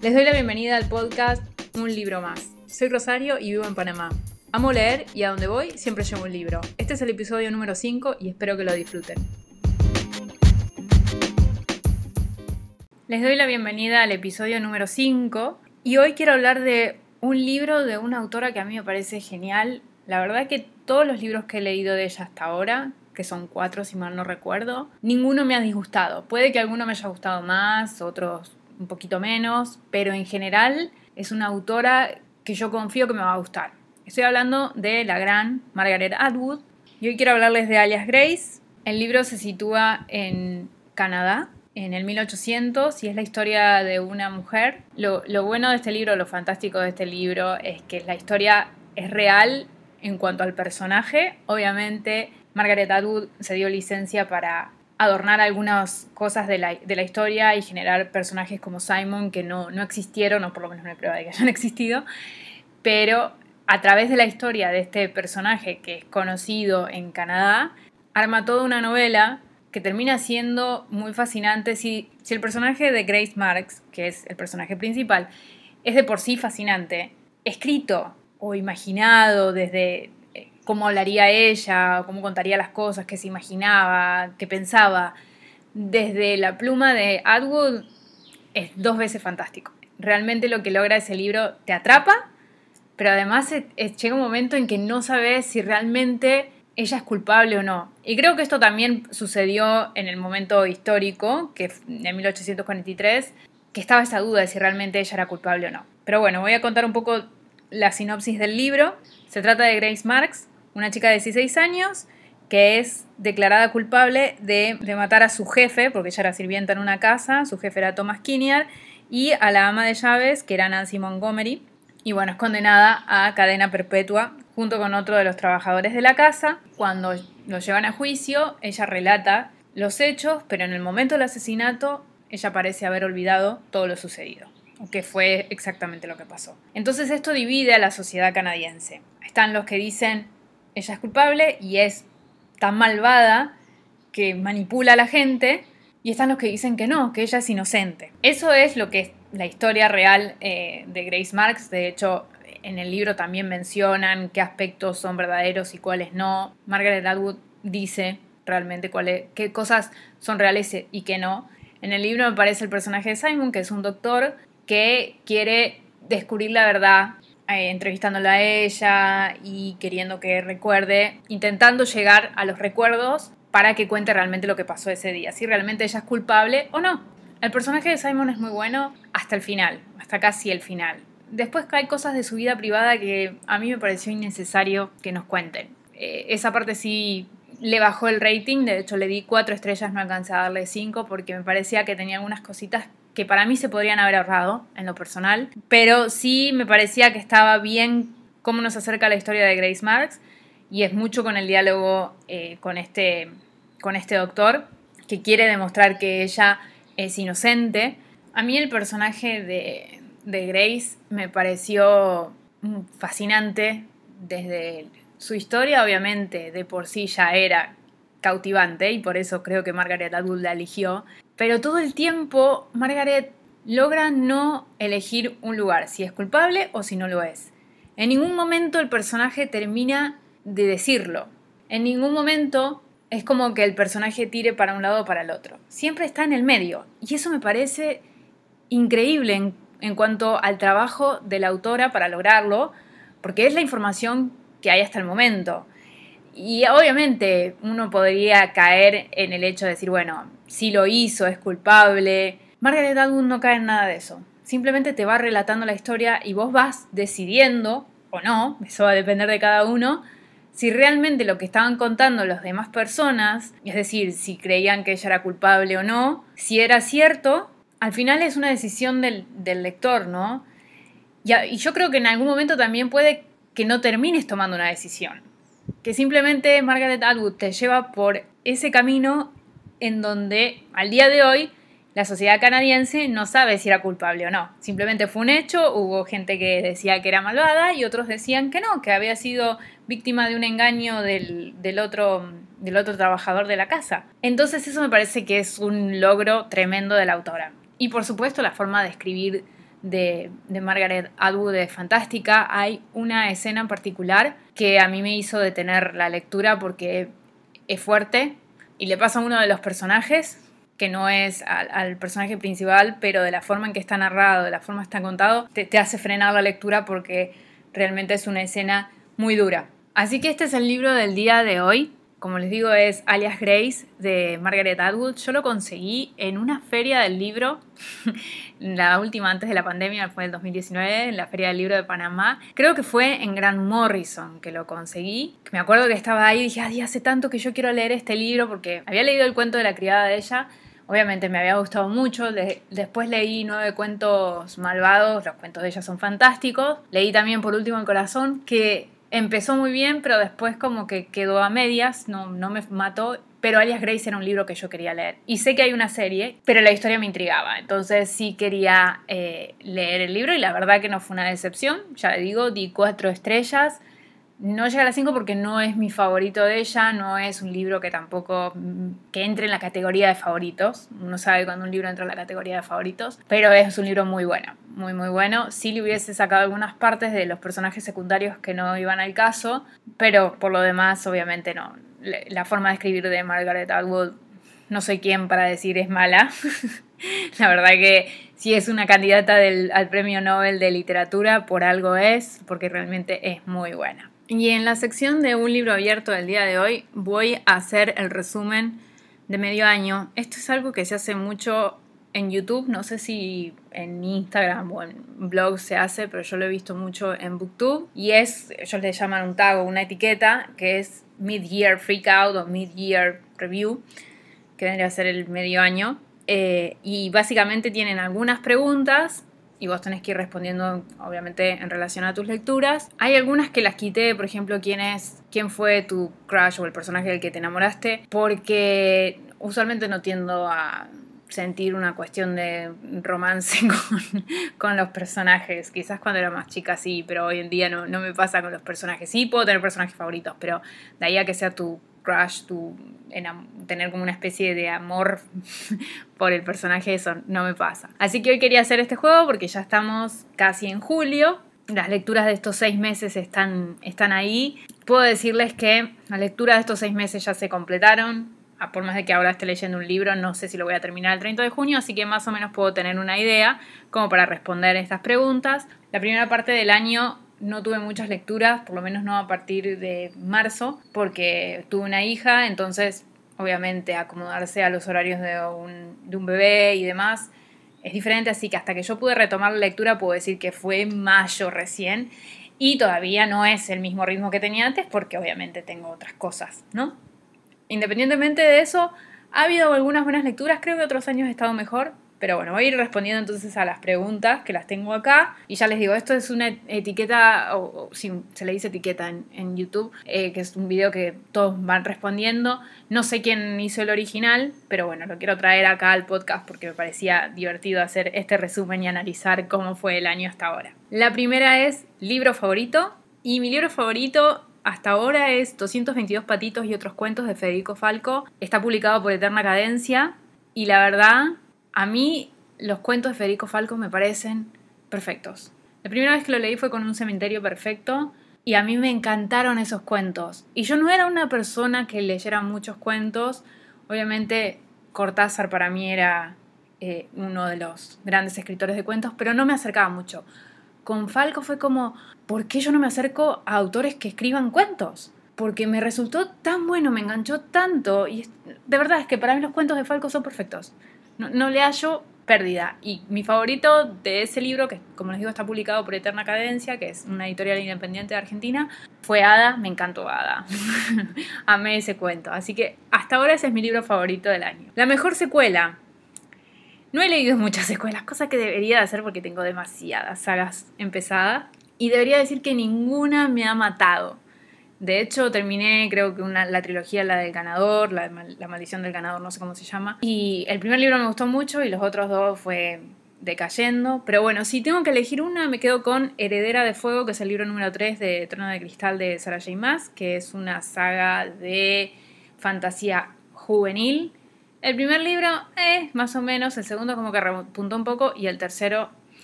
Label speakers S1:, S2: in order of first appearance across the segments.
S1: Les doy la bienvenida al podcast Un Libro Más. Soy Rosario y vivo en Panamá. Amo leer y a donde voy siempre llevo un libro. Este es el episodio número 5 y espero que lo disfruten. Les doy la bienvenida al episodio número 5 y hoy quiero hablar de un libro de una autora que a mí me parece genial. La verdad que todos los libros que he leído de ella hasta ahora, que son 4 si mal no recuerdo, ninguno me ha disgustado. Puede que alguno me haya gustado más, otros un poquito menos, pero en general es una autora que yo confío que me va a gustar. Estoy hablando de la gran Margaret Atwood y hoy quiero hablarles de Alias Grace. El libro se sitúa en Canadá en el 1800 y es la historia de una mujer. Lo bueno de este libro, lo fantástico de este libro es que la historia es real en cuanto al personaje. Obviamente Margaret Atwood se dio licencia para adornar algunas cosas de la historia y generar personajes como Simon que no existieron, o por lo menos no hay prueba de que hayan existido, pero a través de la historia de este personaje que es conocido en Canadá, arma toda una novela que termina siendo muy fascinante. Si el personaje de Grace Marks, que es el personaje principal, es de por sí fascinante, escrito o imaginado desde cómo hablaría ella, cómo contaría las cosas, qué se imaginaba, qué pensaba, desde la pluma de Atwood, es 2 veces fantástico. Realmente lo que logra ese libro te atrapa, pero además llega un momento en que no sabes si realmente ella es culpable o no. Y creo que esto también sucedió en el momento histórico, que en 1843, que estaba esa duda de si realmente ella era culpable o no. Pero bueno, voy a contar un poco la sinopsis del libro. Se trata de Grace Marks, una chica de 16 años que es declarada culpable de matar a su jefe, porque ella era sirvienta en una casa, su jefe era Thomas Kinnear, y a la ama de llaves, que era Nancy Montgomery. Y bueno, es condenada a cadena perpetua junto con otro de los trabajadores de la casa. Cuando lo llevan a juicio, ella relata los hechos, pero en el momento del asesinato, ella parece haber olvidado todo lo sucedido, que fue exactamente lo que pasó. Entonces esto divide a la sociedad canadiense. Están los que dicen ella es culpable y es tan malvada que manipula a la gente, y están los que dicen que no, que ella es inocente. Eso es lo que es la historia real de Grace Marks. De hecho, en el libro también mencionan qué aspectos son verdaderos y cuáles no. Margaret Atwood dice realmente qué cosas son reales y qué no. En el libro me aparece el personaje de Simon, que es un doctor que quiere descubrir la verdad, entrevistándola a ella y queriendo que recuerde, intentando llegar a los recuerdos para que cuente realmente lo que pasó ese día, si realmente ella es culpable o no. El personaje de Simon es muy bueno hasta el final, hasta casi el final. Después hay cosas de su vida privada que a mí me pareció innecesario que nos cuenten. Esa parte sí le bajó el rating, de hecho le di 4 estrellas, no alcancé a darle 5 porque me parecía que tenía algunas cositas que para mí se podrían haber ahorrado en lo personal, pero sí me parecía que estaba bien cómo nos acerca la historia de Grace Marks, y es mucho con el diálogo con este doctor que quiere demostrar que ella es inocente. A mí el personaje de Grace me pareció fascinante desde su historia. Obviamente de por sí ya era cautivante y por eso creo que Margaret Atwood la eligió, pero todo el tiempo Margaret logra no elegir un lugar, si es culpable o si no lo es. En ningún momento el personaje termina de decirlo. En ningún momento es como que el personaje tire para un lado o para el otro. Siempre está en el medio. Y eso me parece increíble en cuanto al trabajo de la autora para lograrlo, porque es la información que hay hasta el momento. Y obviamente uno podría caer en el hecho de decir, bueno, si lo hizo, es culpable. Margaret Atwood no cae en nada de eso. Simplemente te va relatando la historia y vos vas decidiendo, o no, eso va a depender de cada uno, si realmente lo que estaban contando las demás personas, es decir, si creían que ella era culpable o no, si era cierto. Al final es una decisión del lector, ¿no? Y yo creo que en algún momento también puede que no termines tomando una decisión, que simplemente Margaret Atwood te lleva por ese camino en donde al día de hoy la sociedad canadiense no sabe si era culpable o no. Simplemente fue un hecho, hubo gente que decía que era malvada y otros decían que no, que había sido víctima de un engaño del otro trabajador de la casa. Entonces eso me parece que es un logro tremendo de la autora. Y por supuesto la forma de escribir de Margaret Atwood es fantástica. Hay una escena en particular que a mí me hizo detener la lectura porque es fuerte y le pasa a uno de los personajes, que no es al personaje principal, pero de la forma en que está narrado, de la forma en que está contado, te hace frenar la lectura porque realmente es una escena muy dura. Así que este es el libro del día de hoy. Como les digo, es Alias Grace de Margaret Atwood. Yo lo conseguí en una feria del libro, la última antes de la pandemia, fue en el 2019, en la Feria del Libro de Panamá. Creo que fue en Grant Morrison que lo conseguí. Me acuerdo que estaba ahí y dije, ay, hace tanto que yo quiero leer este libro porque había leído el cuento de la criada de ella. Obviamente me había gustado mucho. Después leí 9 cuentos malvados, los cuentos de ella son fantásticos. Leí también Por último el corazón, que empezó muy bien, pero después como que quedó a medias, no me mató. Pero Alias Grace era un libro que yo quería leer. Y sé que hay una serie, pero la historia me intrigaba. Entonces sí quería leer el libro y la verdad que no fue una decepción. Ya le digo, di 4 estrellas. No llega a las 5 porque no es mi favorito de ella, no es un libro que tampoco que entre en la categoría de favoritos. Uno sabe cuando un libro entra en la categoría de favoritos, pero es un libro muy bueno, muy muy bueno. Sí le hubiese sacado algunas partes de los personajes secundarios que no iban al caso, pero por lo demás obviamente no. La forma de escribir de Margaret Atwood, no soy quien para decir es mala. La verdad que si es una candidata al Premio Nobel de Literatura, por algo es, porque realmente es muy buena. Y en la sección de un libro abierto del día de hoy voy a hacer el resumen de medio año. Esto es algo que se hace mucho en YouTube, no sé si en Instagram o en blogs se hace, pero yo lo he visto mucho en BookTube. Y ellos le llaman un tag o una etiqueta que es Mid-Year Freakout o Mid-Year Review, que vendría a ser el medio año. Y básicamente tienen algunas preguntas y vos tenés que ir respondiendo obviamente en relación a tus lecturas. Hay algunas que las quité, por ejemplo, quién fue tu crush o el personaje del que te enamoraste, porque usualmente no tiendo a sentir una cuestión de romance con los personajes. Quizás cuando era más chica sí, pero hoy en día no me pasa con los personajes. Sí puedo tener personajes favoritos, pero de ahí a que sea tu crush, tener como una especie de amor por el personaje, eso no me pasa. Así que hoy quería hacer este juego porque ya estamos casi en julio. Las lecturas de estos 6 meses están ahí. Puedo decirles que las lecturas de estos 6 meses ya se completaron. Por más de que ahora esté leyendo un libro, no sé si lo voy a terminar el 30 de junio, así que más o menos puedo tener una idea como para responder estas preguntas. La primera parte del año no tuve muchas lecturas, por lo menos no a partir de marzo, porque tuve una hija, entonces obviamente acomodarse a los horarios de un bebé y demás es diferente, así que hasta que yo pude retomar la lectura puedo decir que fue mayo recién y todavía no es el mismo ritmo que tenía antes porque obviamente tengo otras cosas, ¿no? Independientemente de eso, ha habido algunas buenas lecturas, creo que otros años he estado mejor, pero bueno, voy a ir respondiendo entonces a las preguntas que las tengo acá. Y ya les digo, esto es una etiqueta, o sí, se le dice etiqueta en YouTube, que es un video que todos van respondiendo. No sé quién hizo el original, pero bueno, lo quiero traer acá al podcast porque me parecía divertido hacer este resumen y analizar cómo fue el año hasta ahora. La primera es libro favorito, y mi libro favorito hasta ahora es 222 patitos y otros cuentos de Federico Falco. Está publicado por Eterna Cadencia y la verdad, a mí los cuentos de Federico Falco me parecen perfectos. La primera vez que lo leí fue con Un cementerio perfecto y a mí me encantaron esos cuentos. Y yo no era una persona que leyera muchos cuentos. Obviamente Cortázar para mí era uno de los grandes escritores de cuentos, pero no me acercaba mucho. Con Falco fue como, ¿por qué yo no me acerco a autores que escriban cuentos? Porque me resultó tan bueno, me enganchó tanto. Y de verdad es que para mí los cuentos de Falco son perfectos. No le hallo pérdida. Y mi favorito de ese libro, que como les digo está publicado por Eterna Cadencia, que es una editorial independiente de Argentina, fue Hada. Me encantó Hada. Amé ese cuento. Así que hasta ahora ese es mi libro favorito del año. La mejor secuela. No he leído muchas secuelas, cosa que debería de hacer porque tengo demasiadas sagas empezadas. Y debería decir que ninguna me ha matado. De hecho, terminé creo que la trilogía, la del ganador, la maldición del ganador, no sé cómo se llama. Y el primer libro me gustó mucho y los otros dos fue decayendo. Pero bueno, si tengo que elegir una, me quedo con Heredera de Fuego, que es el libro número 3 de Trono de Cristal de Sarah J. Maas, que es una saga de fantasía juvenil. El primer libro, más o menos, el segundo como que repuntó un poco y el tercero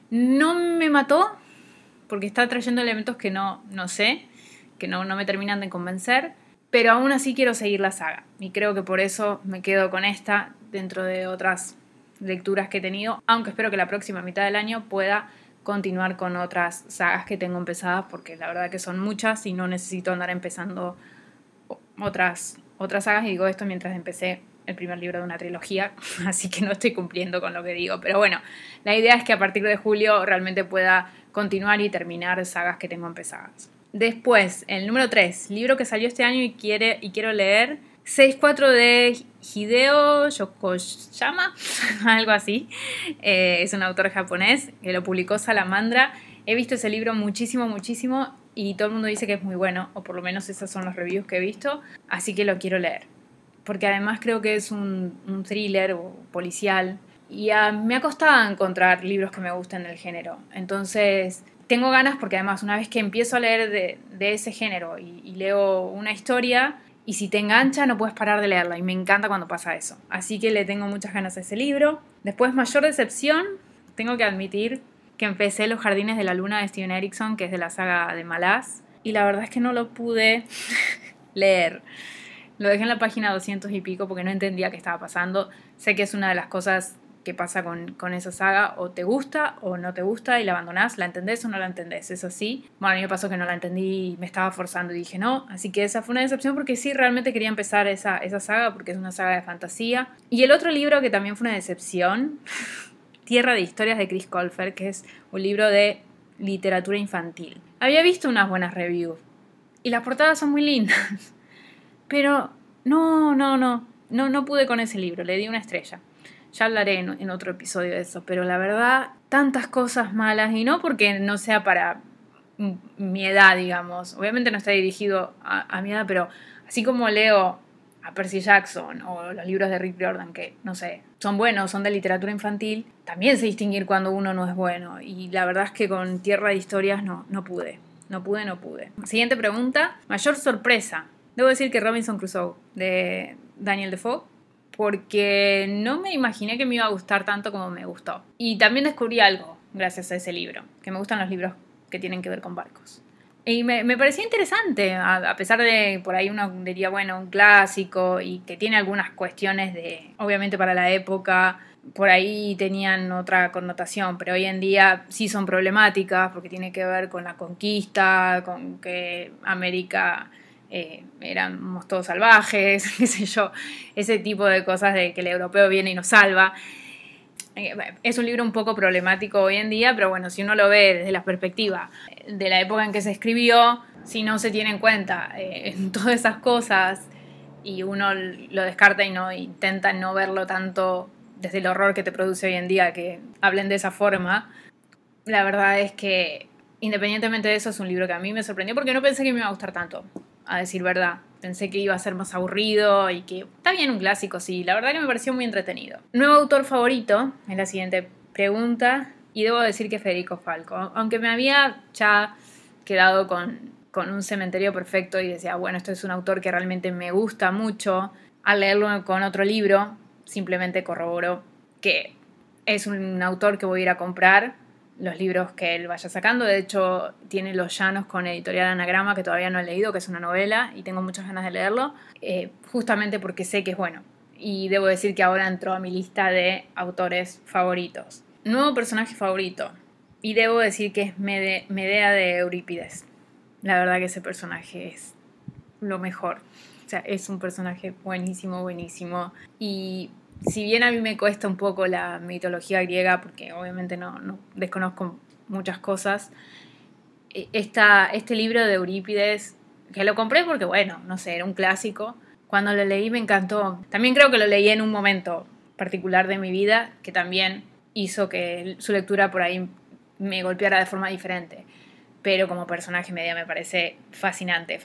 S1: No me mató, porque está trayendo elementos que no sé, que no me terminan de convencer, pero aún así quiero seguir la saga. Y creo que por eso me quedo con esta dentro de otras lecturas que he tenido, aunque espero que la próxima mitad del año pueda continuar con otras sagas que tengo empezadas, porque la verdad que son muchas y no necesito andar empezando otras sagas. Y digo esto mientras empecé el primer libro de una trilogía, así que no estoy cumpliendo con lo que digo. Pero bueno, la idea es que a partir de julio realmente pueda continuar y terminar sagas que tengo empezadas. Después, el número 3, libro que salió este año y quiero leer, 6-4 de Hideo Yokoyama, algo así. Es un autor japonés que lo publicó Salamandra. He visto ese libro muchísimo y todo el mundo dice que es muy bueno, o por lo menos esos son los reviews que he visto, así que lo quiero leer. Porque además creo que es un thriller o policial y me ha costado encontrar libros que me gusten del género. Entonces tengo ganas porque además una vez que empiezo a leer de ese género y leo una historia, y si te engancha no puedes parar de leerla, y me encanta cuando pasa eso. Así que le tengo muchas ganas a ese libro. Después, mayor decepción, tengo que admitir que empecé Los Jardines de la Luna de Steven Erikson, que es de la saga de Malaz, y la verdad es que no lo pude leer. Lo dejé en la página 200 y pico porque no entendía qué estaba pasando. Sé que es una de las cosas que pasa con esa saga, o te gusta o no te gusta y la abandonás, la entendés o no la entendés, es así. Bueno, a mí me pasó que no la entendí y me estaba forzando y dije no, así que esa fue una decepción porque sí, realmente quería empezar esa saga porque es una saga de fantasía. Y el otro libro que también fue una decepción, Tierra de Historias de Chris Colfer, que es un libro de literatura infantil. Había visto unas buenas reviews y las portadas son muy lindas, pero no pude con ese libro, le di una estrella. Ya hablaré en otro episodio de eso, pero la verdad, tantas cosas malas, y no porque no sea para mi edad, digamos. Obviamente no está dirigido a mi edad, pero así como leo a Percy Jackson o los libros de Rick Riordan, que, no sé, son buenos, son de literatura infantil, también sé distinguir cuando uno no es bueno. Y la verdad es que con Tierra de Historias no pude. No pude. Siguiente pregunta. Mayor sorpresa. Debo decir que Robinson Crusoe, de Daniel Defoe, porque no me imaginé que me iba a gustar tanto como me gustó. Y también descubrí algo gracias a ese libro, que me gustan los libros que tienen que ver con barcos. Y me parecía interesante, a pesar de, por ahí uno diría, bueno, un clásico y que tiene algunas cuestiones de, obviamente para la época, por ahí tenían otra connotación, pero hoy en día sí son problemáticas porque tiene que ver con la conquista, con que América éramos todos salvajes, qué sé yo, ese tipo de cosas de que el europeo viene y nos salva. Es un libro un poco problemático hoy en día, pero bueno, si uno lo ve desde la perspectiva de la época en que se escribió, si no se tiene en cuenta todas esas cosas y uno lo descarta y no intenta no verlo tanto desde el horror que te produce hoy en día que hablen de esa forma, la verdad es que independientemente de eso es un libro que a mí me sorprendió porque no pensé que me iba a gustar tanto, a decir verdad. Pensé que iba a ser más aburrido y que está bien un clásico, sí. La verdad que me pareció muy entretenido. Nuevo autor favorito es la siguiente pregunta y debo decir que Federico Falco. Aunque me había ya quedado con Un Cementerio Perfecto y decía, bueno, esto es un autor que realmente me gusta mucho, al leerlo con otro libro simplemente corroboró que es un autor que voy a ir a comprar los libros que él vaya sacando. De hecho, tiene Los Llanos con Editorial Anagrama, que todavía no he leído, que es una novela, y tengo muchas ganas de leerlo, justamente porque sé que es bueno. Y debo decir que ahora entró a mi lista de autores favoritos. Nuevo personaje favorito. Y debo decir que es Medea de Eurípides. La verdad que ese personaje es lo mejor. O sea, es un personaje buenísimo. Y si bien a mí me cuesta un poco la mitología griega, porque obviamente no desconozco muchas cosas, este libro de Eurípides, que lo compré porque, bueno, no sé, era un clásico, cuando lo leí me encantó. También creo que lo leí en un momento particular de mi vida, que también hizo que su lectura por ahí me golpeara de forma diferente. Pero como personaje Medea me parece fascinante.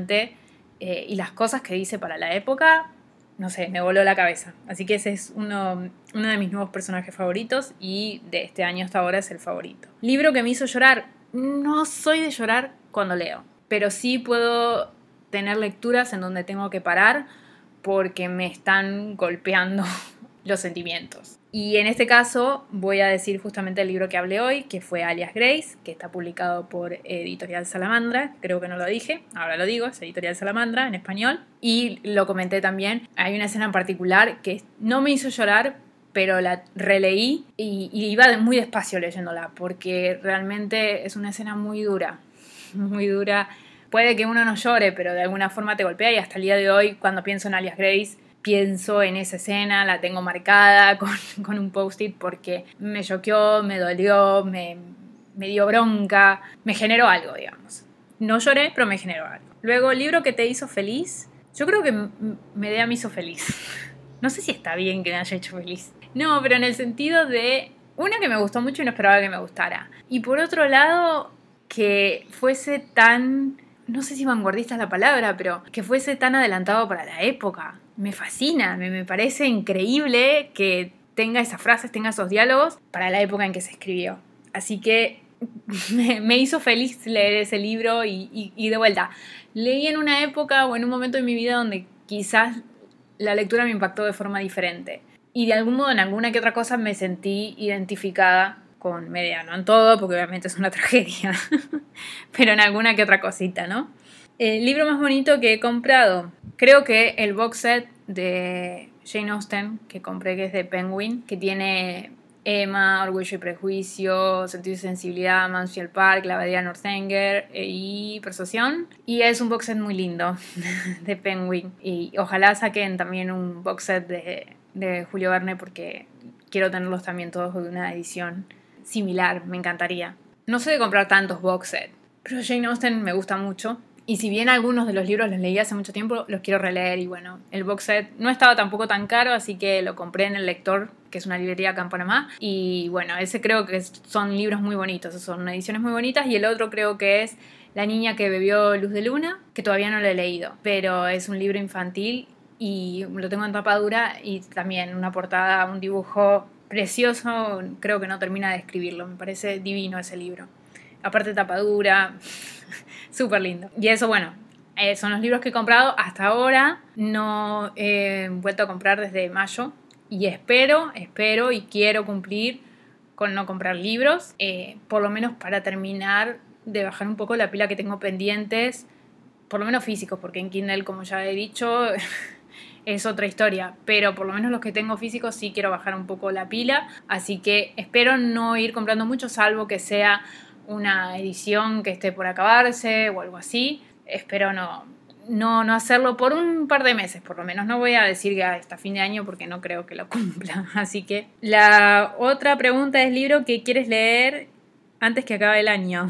S1: Y las cosas que dice para la época, no sé, me voló la cabeza. Así que ese es uno de mis nuevos personajes favoritos y de este año hasta ahora es el favorito. Libro que me hizo llorar. No soy de llorar cuando leo, pero sí puedo tener lecturas en donde tengo que parar porque me están golpeando los sentimientos. Y en este caso voy a decir justamente el libro que hablé hoy, que fue Alias Grace, que está publicado por Editorial Salamandra, creo que no lo dije, ahora lo digo, es Editorial Salamandra en español, y lo comenté también. Hay una escena en particular que no me hizo llorar, pero la releí y iba muy despacio leyéndola, porque realmente es una escena muy dura, muy dura. Puede que uno no llore, pero de alguna forma te golpea, y hasta el día de hoy, cuando pienso en Alias Grace, pienso en esa escena, la tengo marcada con un post-it porque me choqueó, me dolió, me dio bronca, me generó algo, digamos. No lloré, pero me generó algo. Luego, libro que te hizo feliz. Yo creo que Medea me hizo feliz. No sé si está bien que me haya hecho feliz. No, pero en el sentido de una que me gustó mucho y no esperaba que me gustara. Y por otro lado, que fuese tan... no sé si vanguardista es la palabra, pero que fuese tan adelantado para la época. Me fascina, me parece increíble que tenga esas frases, tenga esos diálogos para la época en que se escribió. Así que me hizo feliz leer ese libro y de vuelta. Leí en una época o en un momento de mi vida donde quizás la lectura me impactó de forma diferente. Y de algún modo en alguna que otra cosa me sentí identificada con Medea, no en todo, porque obviamente es una tragedia, pero en alguna que otra cosita, ¿no? El libro más bonito que he comprado, creo que el box set de Jane Austen que compré, que es de Penguin, que tiene Emma, Orgullo y Prejuicio, Sentido y Sensibilidad, Mansfield Park, La Abadía Northanger y Persuasión. Y es un box set muy lindo de Penguin. Y ojalá saquen también un box set de Julio Verne, porque quiero tenerlos también todos de una edición similar, me encantaría. No sé de comprar tantos box sets, pero Jane Austen me gusta mucho. Y si bien algunos de los libros los leí hace mucho tiempo, los quiero releer. Y bueno, el box set no estaba tampoco tan caro, así que lo compré en El Lector, que es una librería acá en Panamá. Y bueno, ese creo que son libros muy bonitos, son ediciones muy bonitas. Y el otro creo que es La niña que bebió luz de luna, que todavía no lo he leído, pero es un libro infantil y lo tengo en tapa dura, y también una portada, un dibujo precioso. Creo que no termina de escribirlo, me parece divino ese libro. Aparte tapa dura, súper lindo. Y eso, bueno, son los libros que he comprado hasta ahora. No he vuelto a comprar desde mayo. Y espero y quiero cumplir con no comprar libros. Por lo menos para terminar de bajar un poco la pila que tengo pendientes. Por lo menos físicos, porque en Kindle, como ya he dicho, es otra historia. Pero por lo menos los que tengo físicos sí quiero bajar un poco la pila. Así que espero no ir comprando mucho, salvo que sea una edición que esté por acabarse o algo así. Espero no hacerlo por un par de meses, por lo menos. No voy a decir que hasta fin de año, porque no creo que lo cumpla. Así que la otra pregunta es: libro que quieres leer antes que acabe el año.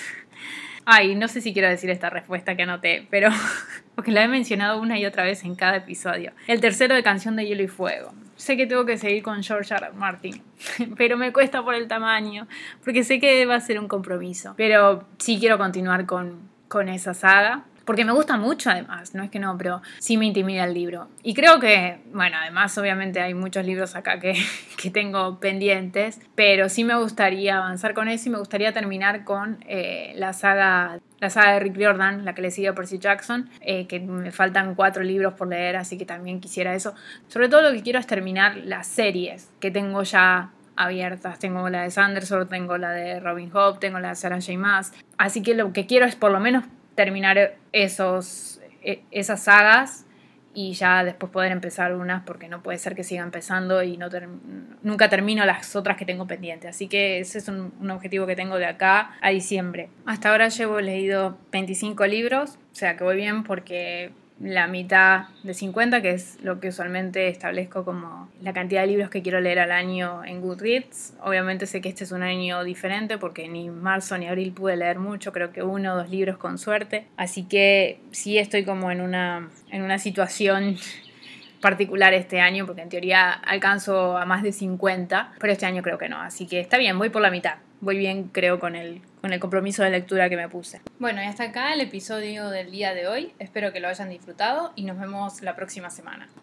S1: Ay, no sé si quiero decir esta respuesta que anoté, pero porque la he mencionado una y otra vez en cada episodio. El tercero de Canción de Hielo y Fuego. Sé que tengo que seguir con George R. R. Martin, pero me cuesta por el tamaño, porque sé que va a ser un compromiso. Pero sí quiero continuar con esa saga, porque me gusta mucho además, no es que no, pero sí me intimida el libro. Y creo que, bueno, además obviamente hay muchos libros acá que tengo pendientes, pero sí me gustaría avanzar con eso y me gustaría terminar con la saga de Rick Riordan, la que le sigue a Percy Jackson, que me faltan 4 libros por leer, así que también quisiera eso. Sobre todo lo que quiero es terminar las series que tengo ya abiertas. Tengo la de Sanderson, tengo la de Robin Hood, tengo la de Sarah J. Maas. Así que lo que quiero es por lo menos terminar esas sagas y ya después poder empezar unas, porque no puede ser que siga empezando y nunca termino las otras que tengo pendientes. Así que ese es un objetivo que tengo de acá a diciembre. Hasta ahora llevo leído 25 libros, o sea que voy bien, porque la mitad de 50, que es lo que usualmente establezco como la cantidad de libros que quiero leer al año en Goodreads. Obviamente sé que este es un año diferente, porque ni marzo ni abril pude leer mucho, creo que 1 o 2 libros con suerte. Así que sí estoy como en una situación particular este año, porque en teoría alcanzo a más de 50, pero este año creo que no. Así que está bien, voy por la mitad. Voy bien, creo, con el compromiso de lectura que me puse. Bueno, y hasta acá el episodio del día de hoy. Espero que lo hayan disfrutado y nos vemos la próxima semana.